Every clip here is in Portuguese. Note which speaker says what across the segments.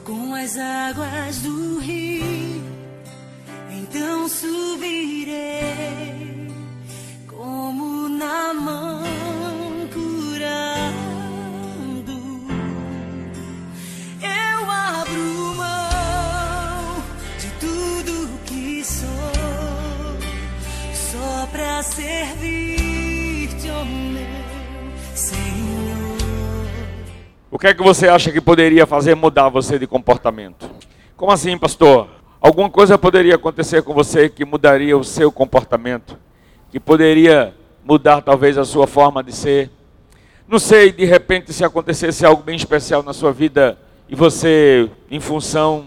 Speaker 1: com as águas do rio, então subirei como Naamã curando. Eu abro mão de tudo que sou, só pra servir-te, ó meu Senhor.
Speaker 2: O que é que você acha que poderia fazer mudar você de comportamento? Como assim, pastor? Alguma coisa poderia acontecer com você que mudaria o seu comportamento? Que poderia mudar talvez a sua forma de ser? Não sei, de repente se acontecesse algo bem especial na sua vida e você, em função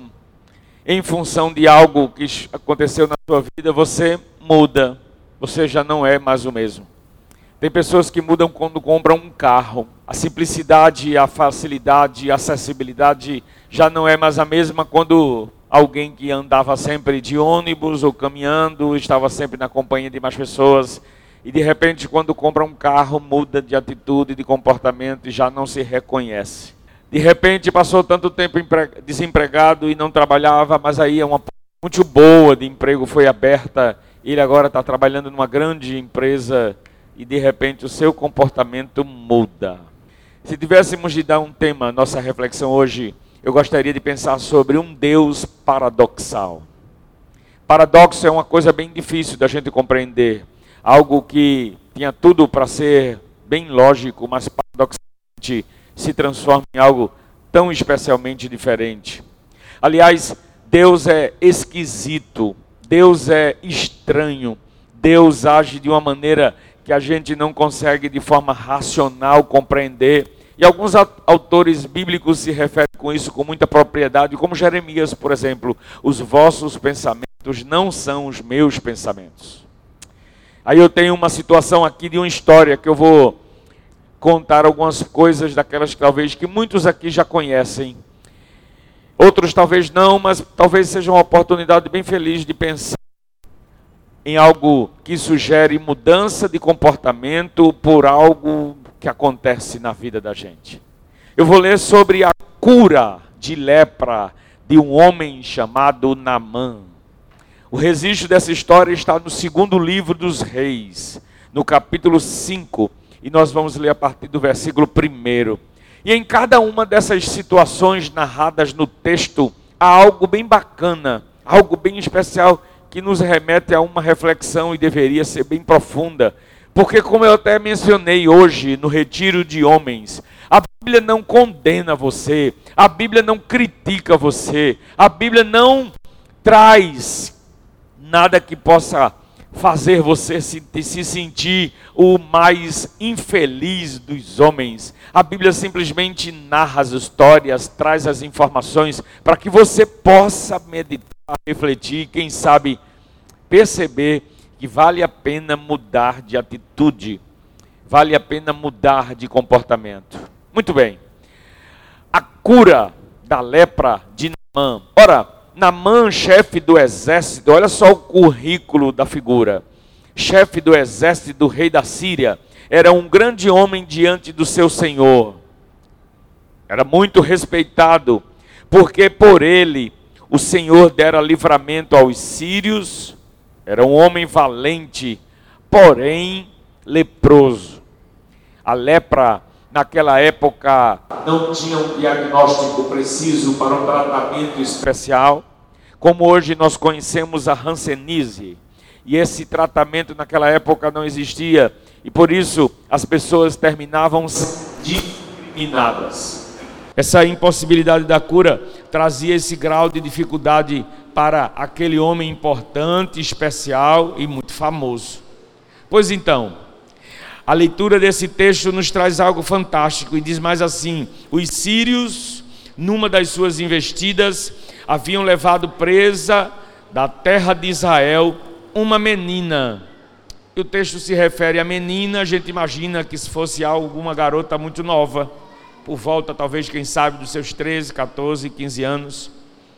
Speaker 2: de algo que aconteceu na sua vida, você muda. Você já não é mais o mesmo. Tem pessoas que mudam quando compram um carro. A simplicidade, a facilidade, a acessibilidade já não é mais a mesma quando alguém que andava sempre de ônibus ou caminhando, estava sempre na companhia de mais pessoas. E de repente quando compra um carro, muda de atitude, de comportamento e já não se reconhece. De repente passou tanto tempo desempregado e não trabalhava, mas aí uma porta muito boa de emprego foi aberta. Ele agora está trabalhando numa grande empresa e de repente o seu comportamento muda. Se tivéssemos de dar um tema à nossa reflexão hoje, eu gostaria de pensar sobre um Deus paradoxal. Paradoxo é uma coisa bem difícil da gente compreender. Algo que tinha tudo para ser bem lógico, mas paradoxalmente se transforma em algo tão especialmente diferente. Aliás, Deus é esquisito, Deus é estranho, Deus age de uma maneira que a gente não consegue de forma racional compreender. E alguns autores bíblicos se referem com isso com muita propriedade, como Jeremias, por exemplo. Os vossos pensamentos não são os meus pensamentos. Aí eu tenho uma situação aqui de uma história que eu vou contar algumas coisas daquelas talvez que muitos aqui já conhecem. Outros talvez não, mas talvez seja uma oportunidade bem feliz de pensar em algo que sugere mudança de comportamento por algo que acontece na vida da gente. Eu vou ler sobre a cura de lepra de um homem chamado Naamã. O registro dessa história está no segundo livro dos Reis, no capítulo 5, e nós vamos ler a partir do versículo 1. E em cada uma dessas situações narradas no texto, há algo bem bacana, algo bem especial, que nos remete a uma reflexão e deveria ser bem profunda. Porque, como eu até mencionei hoje no Retiro de Homens, a Bíblia não condena você, a Bíblia não critica você, a Bíblia não traz nada que possa fazer você se sentir o mais infeliz dos homens. A Bíblia simplesmente narra as histórias, traz as informações para que você possa meditar, refletir, quem sabe perceber que vale a pena mudar de atitude, vale a pena mudar de comportamento. Muito bem, a cura da lepra de Naamã. Ora, Naamã, chefe do exército, olha só o currículo da figura. Chefe do exército do rei da Síria, era um grande homem diante do seu senhor. Era muito respeitado, porque por ele o Senhor dera livramento aos sírios. Era um homem valente, porém leproso. A lepra, naquela época, não tinha um diagnóstico preciso para um tratamento especial, como hoje nós conhecemos a hanseníase. E esse tratamento naquela época não existia, e por isso as pessoas terminavam discriminadas. Essa impossibilidade da cura trazia esse grau de dificuldade para aquele homem importante, especial e muito famoso. Pois então, a leitura desse texto nos traz algo fantástico e diz mais assim: os sírios, numa das suas investidas, haviam levado presa da terra de Israel uma menina. E o texto se refere à menina, a gente imagina que se fosse alguma garota muito nova, por volta talvez, quem sabe, dos seus 13, 14, 15 anos.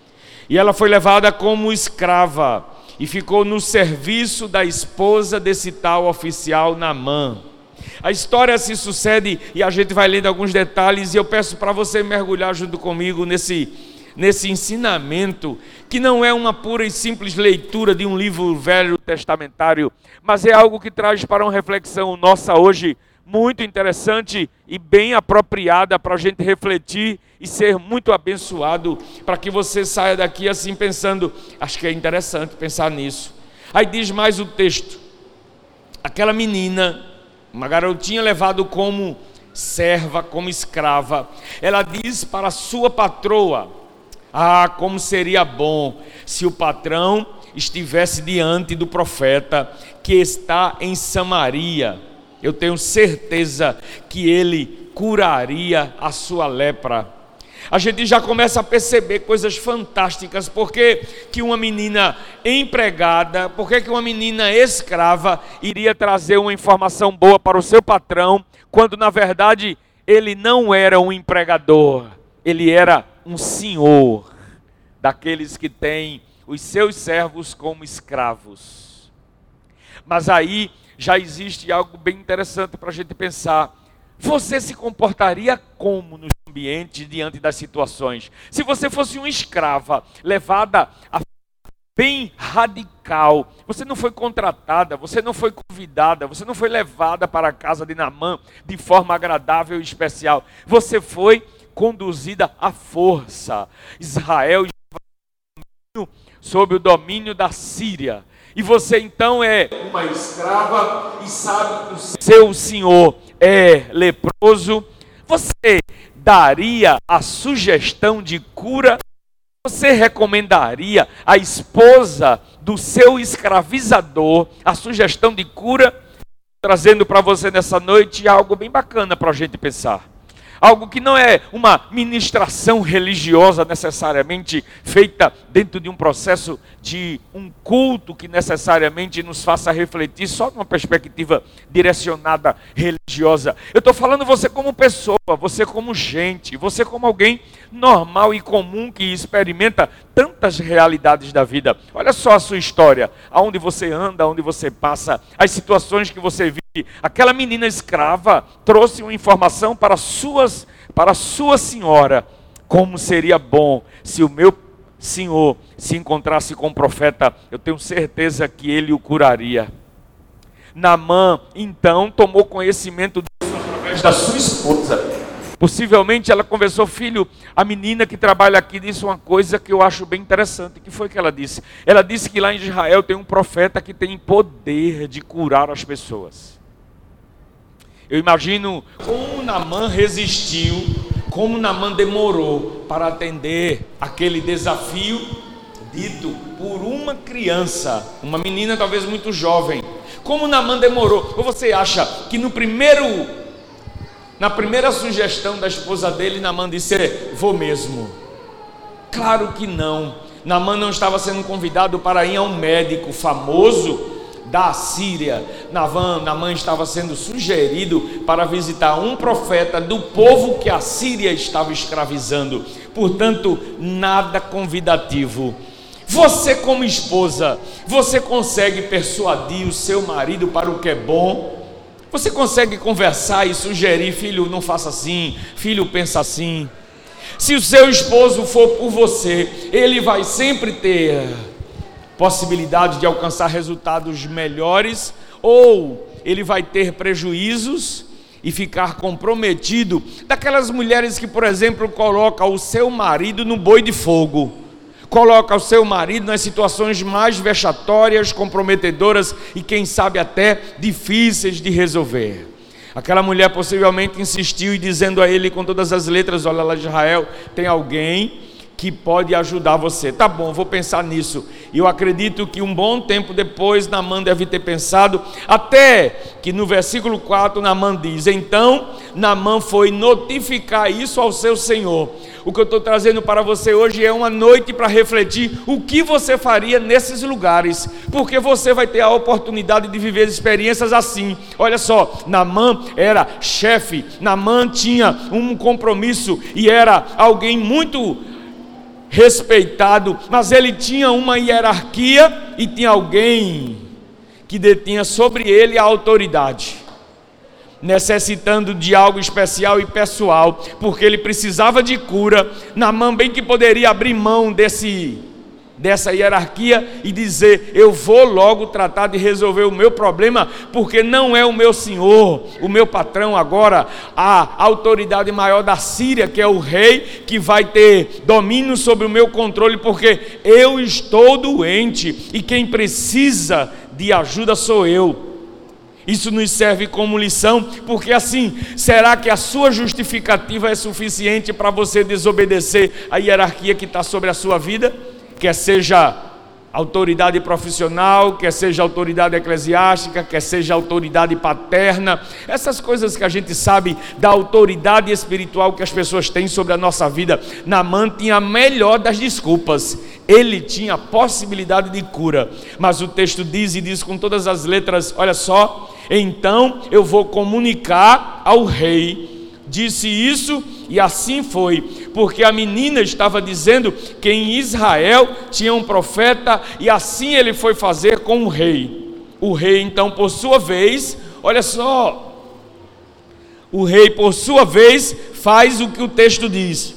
Speaker 2: E ela foi levada como escrava e ficou no serviço da esposa desse tal oficial Naamã. A história se sucede e a gente vai lendo alguns detalhes, e eu peço para você mergulhar junto comigo nesse ensinamento, que não é uma pura e simples leitura de um livro velho testamentário, mas é algo que traz para uma reflexão nossa hoje, muito interessante e bem apropriada para a gente refletir e ser muito abençoado, para que você saia daqui assim pensando, acho que é interessante pensar nisso. Aí diz mais o texto, aquela menina, uma garotinha levada como serva, como escrava, ela diz para a sua patroa, como seria bom se o patrão estivesse diante do profeta que está em Samaria. Eu tenho certeza que ele curaria a sua lepra. A gente já começa a perceber coisas fantásticas. Por que uma menina empregada, por que uma menina escrava iria trazer uma informação boa para o seu patrão, quando na verdade ele não era um empregador, ele era um senhor, daqueles que têm os seus servos como escravos. Mas aí já existe algo bem interessante para a gente pensar. Você se comportaria como nos ambientes, diante das situações? Se você fosse uma escrava, levada a bem radical, você não foi contratada, você não foi convidada, você não foi levada para a casa de Naamã de forma agradável e especial. Você foi conduzida à força. Israel estava sob o domínio da Síria. E você então é uma escrava e sabe que o seu senhor é leproso. Você daria a sugestão de cura? Você recomendaria à esposa do seu escravizador a sugestão de cura? Trazendo para você nessa noite algo bem bacana para a gente pensar. Algo que não é uma ministração religiosa necessariamente feita dentro de um processo de um culto que necessariamente nos faça refletir só numa perspectiva direcionada religiosa. Eu estou falando você como pessoa, você como gente, você como alguém normal e comum que experimenta tantas realidades da vida. Olha só a sua história, aonde você anda, aonde você passa, as situações que você vive. Aquela menina escrava trouxe uma informação para a sua senhora, como seria bom se o meu senhor se encontrasse com o profeta. Eu tenho certeza que ele o curaria. Naamã então tomou conhecimento disso através da sua esposa. Possivelmente ela conversou, filho, a menina que trabalha aqui disse uma coisa que eu acho bem interessante. O que foi que ela disse? Ela disse que lá em Israel tem um profeta que tem poder de curar as pessoas. Eu imagino como Naamã resistiu, como Naamã demorou para atender aquele desafio dito por uma criança, uma menina talvez muito jovem. Como Naamã demorou? Ou você acha que na primeira sugestão da esposa dele, Naamã disse, vou mesmo? Claro que não. Naamã não estava sendo convidado para ir a um médico famoso da Síria. Naamã estava sendo sugerido para visitar um profeta do povo que a Síria estava escravizando. Portanto, nada convidativo. Você como esposa, você consegue persuadir o seu marido para o que é bom? Você consegue conversar e sugerir, filho, não faça assim, filho, pensa assim? Se o seu esposo for por você, ele vai sempre ter possibilidade de alcançar resultados melhores, ou ele vai ter prejuízos e ficar comprometido. Daquelas mulheres que, por exemplo, colocam o seu marido no boi de fogo, coloca o seu marido nas situações mais vexatórias, comprometedoras e quem sabe até difíceis de resolver. Aquela mulher possivelmente insistiu e dizendo a ele com todas as letras, olha lá, Israel, tem alguém que pode ajudar você. Tá bom, vou pensar nisso. E eu acredito que um bom tempo depois Naamã deve ter pensado, até que no versículo 4 Naamã diz, então Naamã foi notificar isso ao seu senhor. O que eu estou trazendo para você hoje é uma noite para refletir o que você faria nesses lugares, porque você vai ter a oportunidade de viver experiências assim. Olha só, Naamã era chefe, Naamã tinha um compromisso e era alguém muito respeitado, mas ele tinha uma hierarquia e tinha alguém que detinha sobre ele a autoridade.
Speaker 3: necessitando de algo especial e pessoal, porque ele precisava de cura. Naamã bem que poderia abrir mão dessa hierarquia e dizer: eu vou logo tratar de resolver o meu problema, porque não é o meu senhor, o meu patrão agora, a autoridade maior da Síria, que é o rei, que vai ter domínio sobre o meu controle, porque eu estou doente e quem precisa de ajuda sou eu. Isso nos serve como lição, porque assim, será que a sua justificativa é suficiente para você desobedecer a hierarquia que está sobre a sua vida? Quer seja autoridade profissional, quer seja autoridade eclesiástica, quer seja autoridade paterna, essas coisas que a gente sabe da autoridade espiritual que as pessoas têm sobre a nossa vida. Naamã tinha a melhor das desculpas, ele tinha a possibilidade de cura, mas o texto diz com todas as letras, olha só: então eu vou comunicar ao rei. Disse isso e assim foi, porque a menina estava dizendo que em Israel tinha um profeta, e assim ele foi fazer com o rei. O rei então, por sua vez, olha só, o rei por sua vez faz o que o texto diz: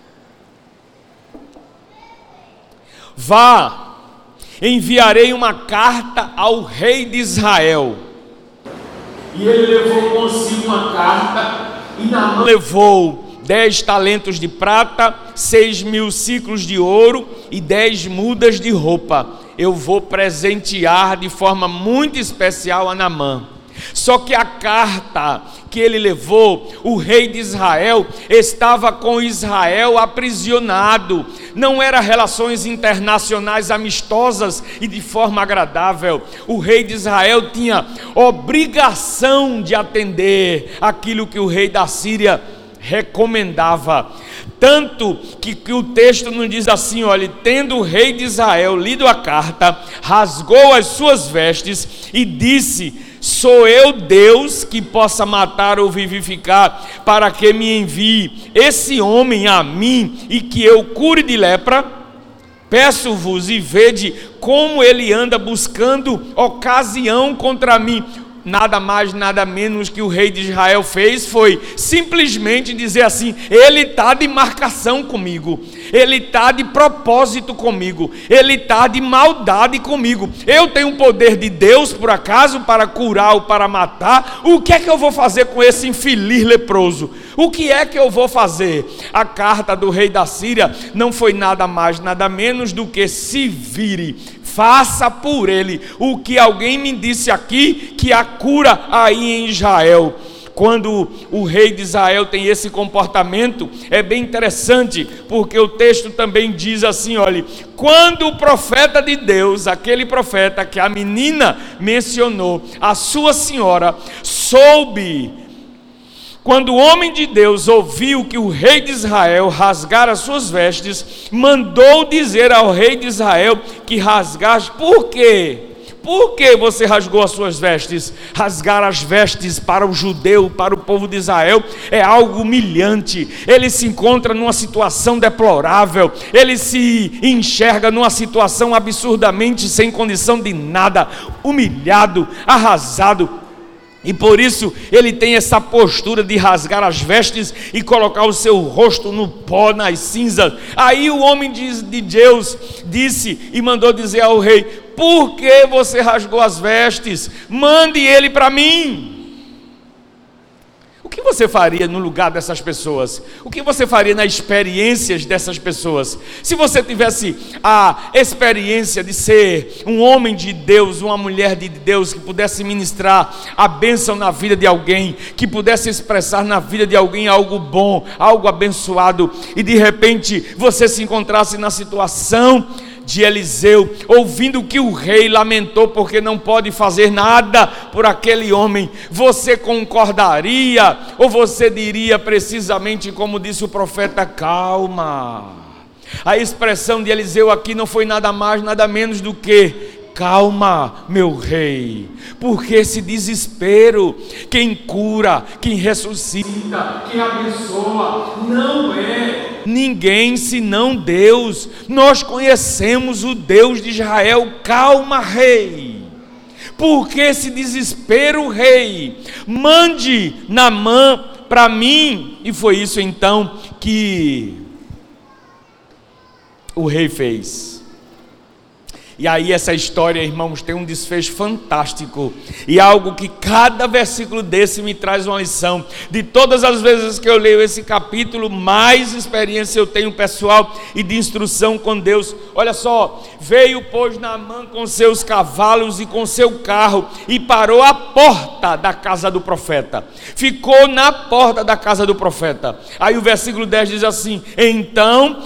Speaker 3: vá, enviarei uma carta ao rei de Israel. E ele levou consigo uma carta, e Naamã levou 10 talentos de prata, 6.000 ciclos de ouro e 10 mudas de roupa. Eu vou presentear de forma muito especial a Naamã. Só que a carta que ele levou, o rei de Israel estava com Israel aprisionado. Não eram relações internacionais amistosas e de forma agradável. O rei de Israel tinha obrigação de atender aquilo que o rei da Síria recomendava. Tanto que o texto nos diz assim, olha: tendo o rei de Israel lido a carta, rasgou as suas vestes e disse: sou eu Deus que possa matar ou vivificar, para que me envie esse homem a mim e que eu cure de lepra? Peço-vos e vede como ele anda buscando ocasião contra mim. Nada mais, nada menos que o rei de Israel fez foi simplesmente dizer assim: ele está de marcação comigo, ele está de propósito comigo, ele está de maldade comigo. Eu tenho o poder de Deus, por acaso, para curar ou para matar? O que é que eu vou fazer com esse infeliz leproso? O que é que eu vou fazer? A carta do rei da Síria não foi nada mais, nada menos do que: se vire, faça por ele o que alguém me disse aqui, que a cura aí em Israel. Quando o rei de Israel tem esse comportamento, é bem interessante, porque o texto também diz assim, olha: quando o profeta de Deus, aquele profeta que a menina mencionou, a sua senhora, quando o homem de Deus ouviu que o rei de Israel rasgara as suas vestes, mandou dizer ao rei de Israel que rasgasse. Por quê? Por que você rasgou as suas vestes? Rasgar as vestes para o judeu, para o povo de Israel, é algo humilhante. Ele se encontra numa situação deplorável, ele se enxerga numa situação absurdamente sem condição de nada, humilhado, arrasado. E por isso ele tem essa postura de rasgar as vestes e colocar o seu rosto no pó, nas cinzas. Aí o homem de Deus disse e mandou dizer ao rei: por que você rasgou as vestes? Mande ele para mim. O que você faria no lugar dessas pessoas? O que você faria nas experiências dessas pessoas? Se você tivesse a experiência de ser um homem de Deus, uma mulher de Deus, que pudesse ministrar a bênção na vida de alguém, que pudesse expressar na vida de alguém algo bom, algo abençoado, e de repente você se encontrasse na situação de Eliseu, ouvindo que o rei lamentou porque não pode fazer nada por aquele homem, você concordaria? Ou você diria precisamente como disse o profeta: calma? A expressão de Eliseu aqui não foi nada mais, nada menos do que: calma, meu rei, porque esse desespero, quem cura, quem ressuscita, quem abençoa, não é ninguém senão Deus. Nós conhecemos o Deus de Israel. Calma, rei, Por que esse desespero, rei? Mande Naamã para mim. E foi isso então que o rei fez. E aí essa história, irmãos, tem um desfecho fantástico, e algo que cada versículo desse me traz uma lição. De todas as vezes que eu leio esse capítulo, mais experiência eu tenho pessoal e de instrução com Deus. Olha só: veio pois Naamã com seus cavalos e com seu carro, e parou à porta da casa do profeta. Ficou na porta da casa do profeta. Aí o versículo 10 diz assim: então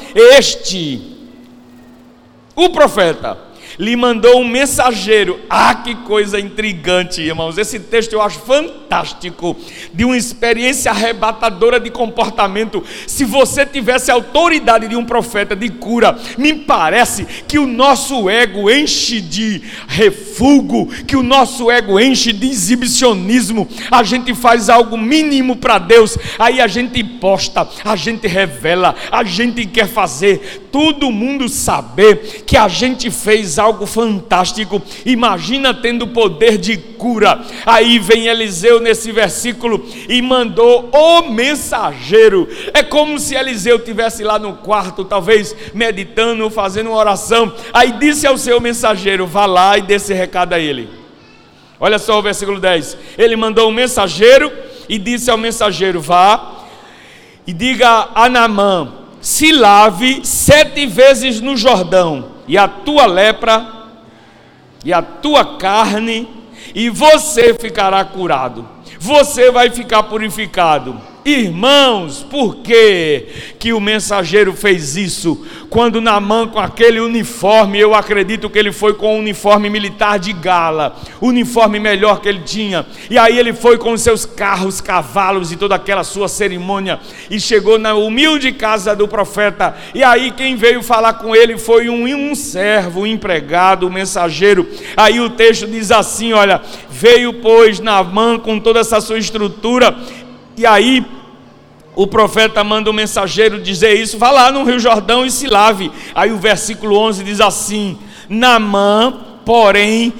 Speaker 3: o profeta lhe mandou um mensageiro. Ah, que coisa intrigante, irmãos. Esse texto eu acho fantástico, de uma experiência arrebatadora de comportamento. Se você tivesse a autoridade de um profeta de cura, me parece que o nosso ego enche de refúgio, que o nosso ego enche de exibicionismo. A gente faz algo mínimo para Deus, aí a gente posta, a gente revela, a gente quer fazer todo mundo saber que a gente fez algo fantástico. Imagina tendo poder de cura. Aí vem Eliseu nesse versículo e mandou o mensageiro. É como se Eliseu estivesse lá no quarto, talvez meditando, fazendo uma oração. Aí disse ao seu mensageiro: vá lá e dê esse recado a ele. Olha só o versículo 10. Ele mandou um mensageiro e disse ao mensageiro: vá e diga a Naamã: se lave 7 vezes no Jordão, e a tua lepra e a tua carne, e você ficará curado, você vai ficar purificado. Irmãos, por que o mensageiro fez isso? Quando Naamã, com aquele uniforme, eu acredito que ele foi com um uniforme militar de gala, o uniforme melhor que ele tinha, e aí ele foi com seus carros, cavalos e toda aquela sua cerimônia, e chegou na humilde casa do profeta. E aí quem veio falar com ele foi um servo, um empregado, um mensageiro. Aí o texto diz assim: olha, veio pois Naamã com toda essa sua estrutura. E aí o profeta manda o mensageiro dizer isso: vá lá no Rio Jordão e se lave. Aí o versículo 11 diz assim: Naamã, porém,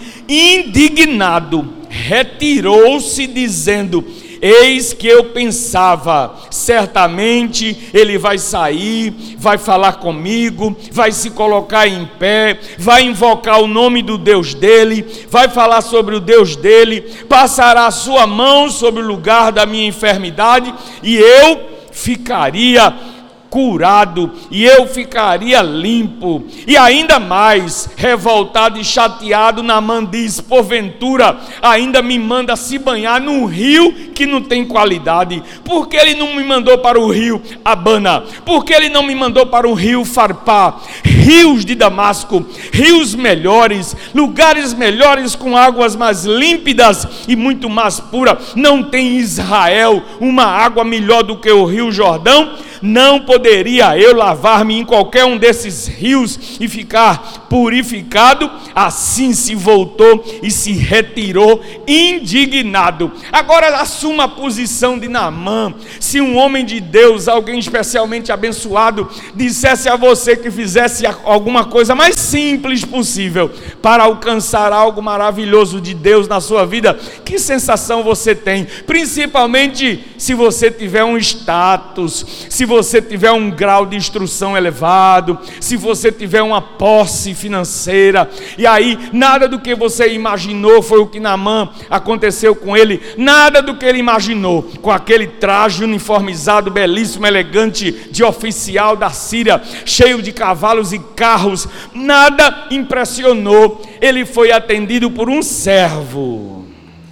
Speaker 3: indignado, retirou-se dizendo: eis que eu pensava, certamente ele vai sair, vai falar comigo, vai se colocar em pé, vai invocar o nome do Deus dele, vai falar sobre o Deus dele, passará a sua mão sobre o lugar da minha enfermidade, e eu ficaria curado, e eu ficaria limpo. E ainda mais, revoltado e chateado, Naamã diz: porventura ainda me manda se banhar num rio que não tem qualidade? Por que ele não me mandou para o rio Abana? Por que ele não me mandou para o rio Farpá? Rios de Damasco, rios melhores, lugares melhores, com águas mais límpidas e muito mais puras. Não tem Israel uma água melhor do que o rio Jordão? Não poderia eu lavar-me em qualquer um desses rios e ficar purificado? Assim se voltou e se retirou indignado. Agora assuma a posição de Naamã. Se um homem de Deus, alguém especialmente abençoado, dissesse a você que fizesse alguma coisa mais simples possível para alcançar algo maravilhoso de Deus na sua vida, que sensação você tem? Principalmente se você tiver um status, se você tiver um grau de instrução elevado, se você tiver uma posse financeira. E aí nada do que você imaginou foi o que Naamã aconteceu com ele. Nada do que ele imaginou, com aquele traje uniformizado, belíssimo, elegante, de oficial da Síria, cheio de cavalos e carros, nada impressionou. Ele foi atendido por um servo.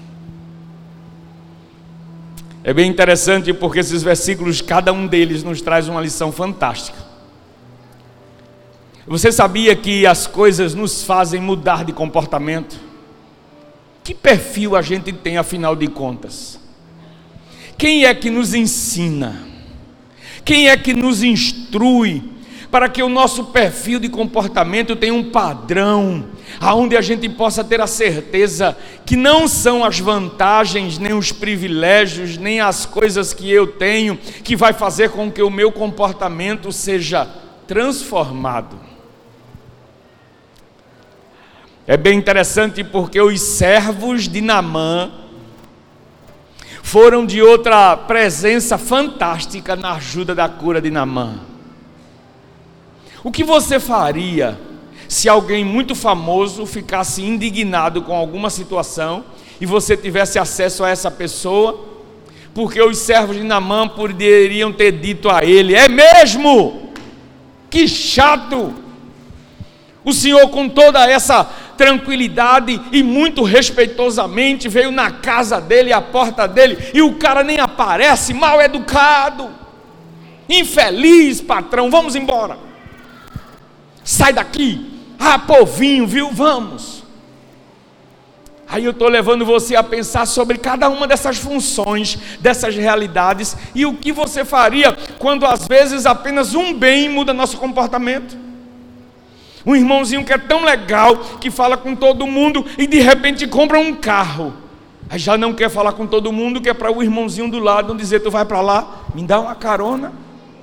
Speaker 3: É bem interessante, porque esses versículos, cada um deles nos traz uma lição fantástica. Você sabia que as coisas nos fazem mudar de comportamento? Que perfil a gente tem, afinal de contas? Quem é que nos ensina? Quem é que nos instrui para que o nosso perfil de comportamento tenha um padrão, aonde a gente possa ter a certeza que não são as vantagens, nem os privilégios, nem as coisas que eu tenho, que vai fazer com que o meu comportamento seja transformado? É bem interessante porque os servos de Naamã foram de outra presença fantástica na ajuda da cura de Naamã. O que você faria se alguém muito famoso ficasse indignado com alguma situação e você tivesse acesso a essa pessoa? Porque os servos de Naamã poderiam ter dito a ele: é mesmo? Que chato! O Senhor, com toda essa tranquilidade e muito respeitosamente, veio na casa dele, à porta dele, e o cara nem aparece, mal educado, infeliz, patrão, vamos embora, sai daqui, povinho, viu, vamos. Aí eu estou levando você a pensar sobre cada uma dessas funções, dessas realidades, e o que você faria quando às vezes apenas um bem muda nosso comportamento. Um irmãozinho que é tão legal, que fala com todo mundo e de repente compra um carro. Aí já não quer falar com todo mundo, que é para o irmãozinho do lado não dizer: tu vai para lá, me dá uma carona.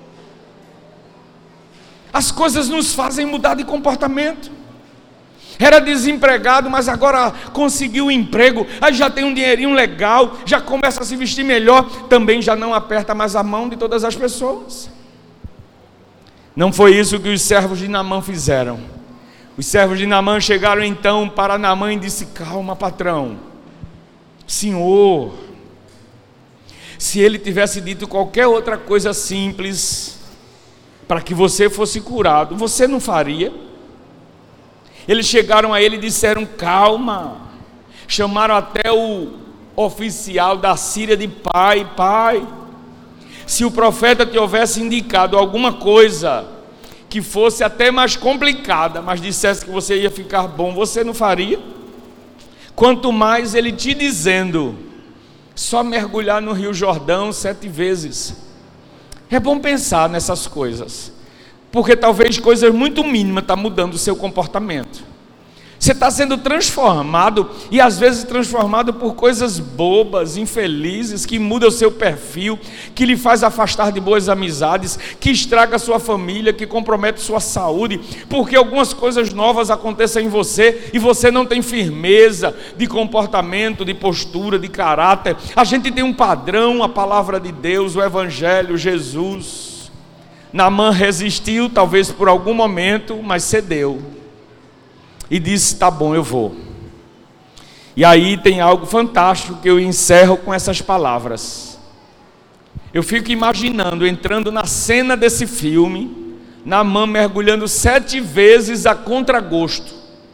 Speaker 3: As coisas nos fazem mudar de comportamento. Era desempregado, mas agora conseguiu um emprego, aí já tem um dinheirinho legal, já começa a se vestir melhor, também já não aperta mais a mão de todas as pessoas. Não foi isso que os servos de Naamã fizeram. Os servos de Naamã chegaram então para Naamã e disse: calma, patrão, senhor, se ele tivesse dito qualquer outra coisa simples para que você fosse curado, você não faria? Eles chegaram a ele e disseram: calma. Chamaram até o oficial da Síria de pai, se o profeta te houvesse indicado alguma coisa que fosse até mais complicada, mas dissesse que você ia ficar bom, você não faria? Quanto mais ele te dizendo: só mergulhar no Rio Jordão 7 vezes. É bom pensar nessas coisas, porque talvez coisas muito mínimas estão mudando o seu comportamento. Você está sendo transformado, e às vezes transformado por coisas bobas, infelizes, que mudam o seu perfil, que lhe faz afastar de boas amizades, que estraga a sua família, que compromete sua saúde, porque algumas coisas novas acontecem em você, e você não tem firmeza de comportamento, de postura, de caráter. A gente tem um padrão, a palavra de Deus, o Evangelho, Jesus. Naamã resistiu, talvez por algum momento, mas cedeu e disse: tá bom, eu vou. E aí tem algo fantástico que eu encerro com essas palavras. Eu fico imaginando, entrando na cena desse filme, Naamã mergulhando 7 vezes a contragosto.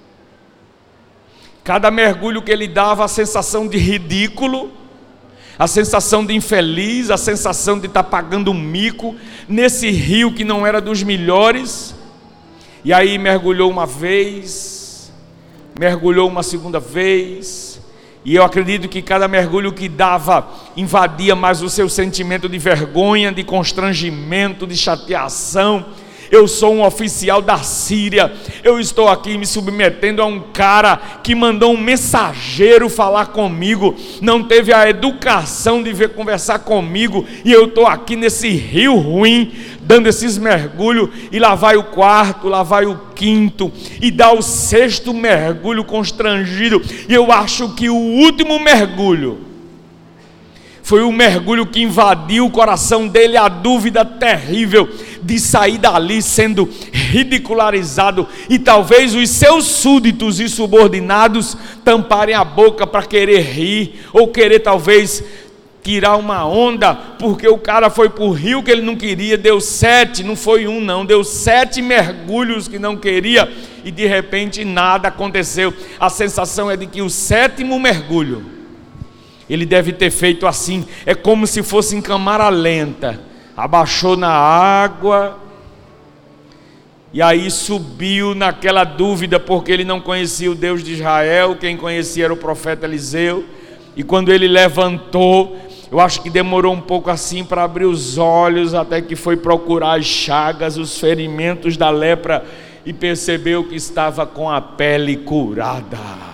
Speaker 3: Cada mergulho que ele dava, a sensação de ridículo, a sensação de infeliz, a sensação de estar pagando um mico nesse rio que não era dos melhores. E aí mergulhou uma vez, mergulhou uma segunda vez, e eu acredito que cada mergulho que dava invadia mais o seu sentimento de vergonha, de constrangimento, de chateação. Eu sou um oficial da Síria, eu estou aqui me submetendo a um cara que mandou um mensageiro falar comigo, não teve a educação de vir conversar comigo, e eu estou aqui nesse rio ruim, dando esses mergulhos, e lá vai o 4º, lá vai o 5º, e dá o 6º mergulho constrangido, e eu acho que o último mergulho foi o mergulho que invadiu o coração dele, a dúvida terrível de sair dali sendo ridicularizado, e talvez os seus súditos e subordinados tamparem a boca para querer rir, ou querer talvez tirar uma onda, porque o cara foi para o rio que ele não queria, deu 7, não foi um não, deu 7 mergulhos que não queria, e de repente nada aconteceu. A sensação é de que o 7º mergulho ele deve ter feito assim, é como se fosse em câmara lenta, abaixou na água, e aí subiu naquela dúvida, porque ele não conhecia o Deus de Israel, quem conhecia era o profeta Eliseu, e quando ele levantou, eu acho que demorou um pouco assim para abrir os olhos, até que foi procurar as chagas, os ferimentos da lepra, e percebeu que estava com a pele curada.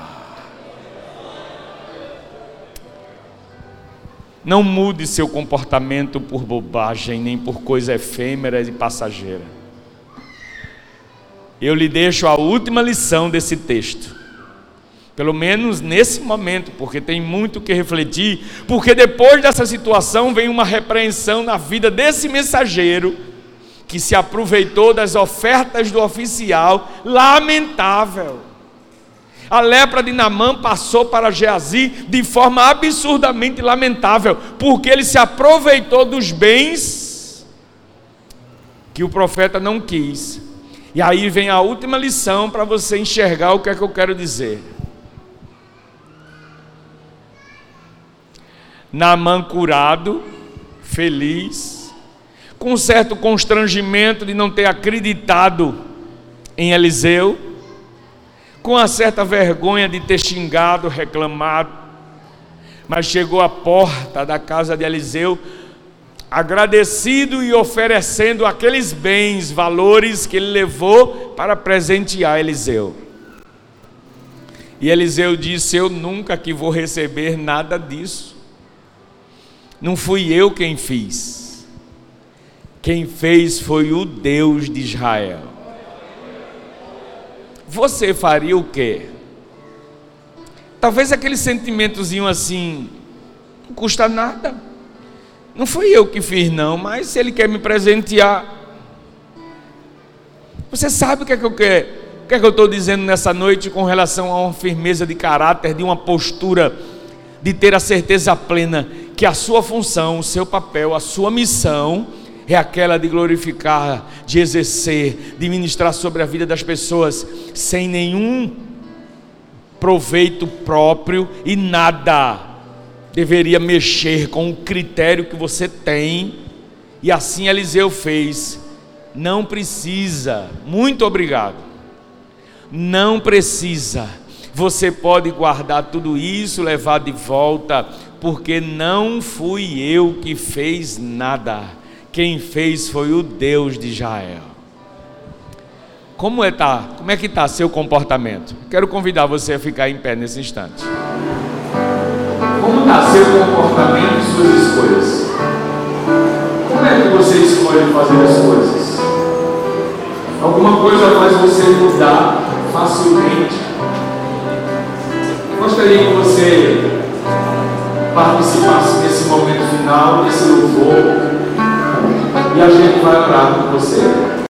Speaker 3: Não mude seu comportamento por bobagem, nem por coisa efêmera e passageira. Eu lhe deixo a última lição desse texto. Pelo menos nesse momento, porque tem muito o que refletir, porque depois dessa situação vem uma repreensão na vida desse mensageiro, que se aproveitou das ofertas do oficial. Lamentável. A lepra de Naamã passou para Geazi de forma absurdamente lamentável, porque ele se aproveitou dos bens que o profeta não quis. E aí vem a última lição para você enxergar o que é que eu quero dizer. Naamã curado, feliz, com um certo constrangimento de não ter acreditado em Eliseu, com uma certa vergonha de ter xingado, reclamado, mas chegou à porta da casa de Eliseu, agradecido e oferecendo aqueles bens, valores que ele levou para presentear Eliseu. E Eliseu disse: eu nunca que vou receber nada disso. Não fui eu quem fiz. Quem fez foi o Deus de Israel. Você faria o quê? Talvez aquele sentimentozinho assim, não custa nada. Não fui eu que fiz não, mas se ele quer me presentear. Você sabe o que é que eu quero? O que é que eu estou dizendo nessa noite com relação a uma firmeza de caráter, de uma postura, de ter a certeza plena que a sua função, o seu papel, a sua missão é aquela de glorificar, de exercer, de ministrar sobre a vida das pessoas sem nenhum proveito próprio, e nada deveria mexer com o critério que você tem. E assim Eliseu fez. Não precisa, muito obrigado, não precisa. Você pode guardar tudo isso, levar de volta, porque não fui eu que fez nada. Quem fez foi o Deus de Israel. Como é que está seu comportamento? Quero convidar você a ficar em pé nesse instante. Como está seu comportamento e suas escolhas? Como é que você escolhe fazer as coisas? Alguma coisa faz você mudar facilmente? Gostaria que você participasse nesse momento final, nesse louvor, e a gente vai orar com você.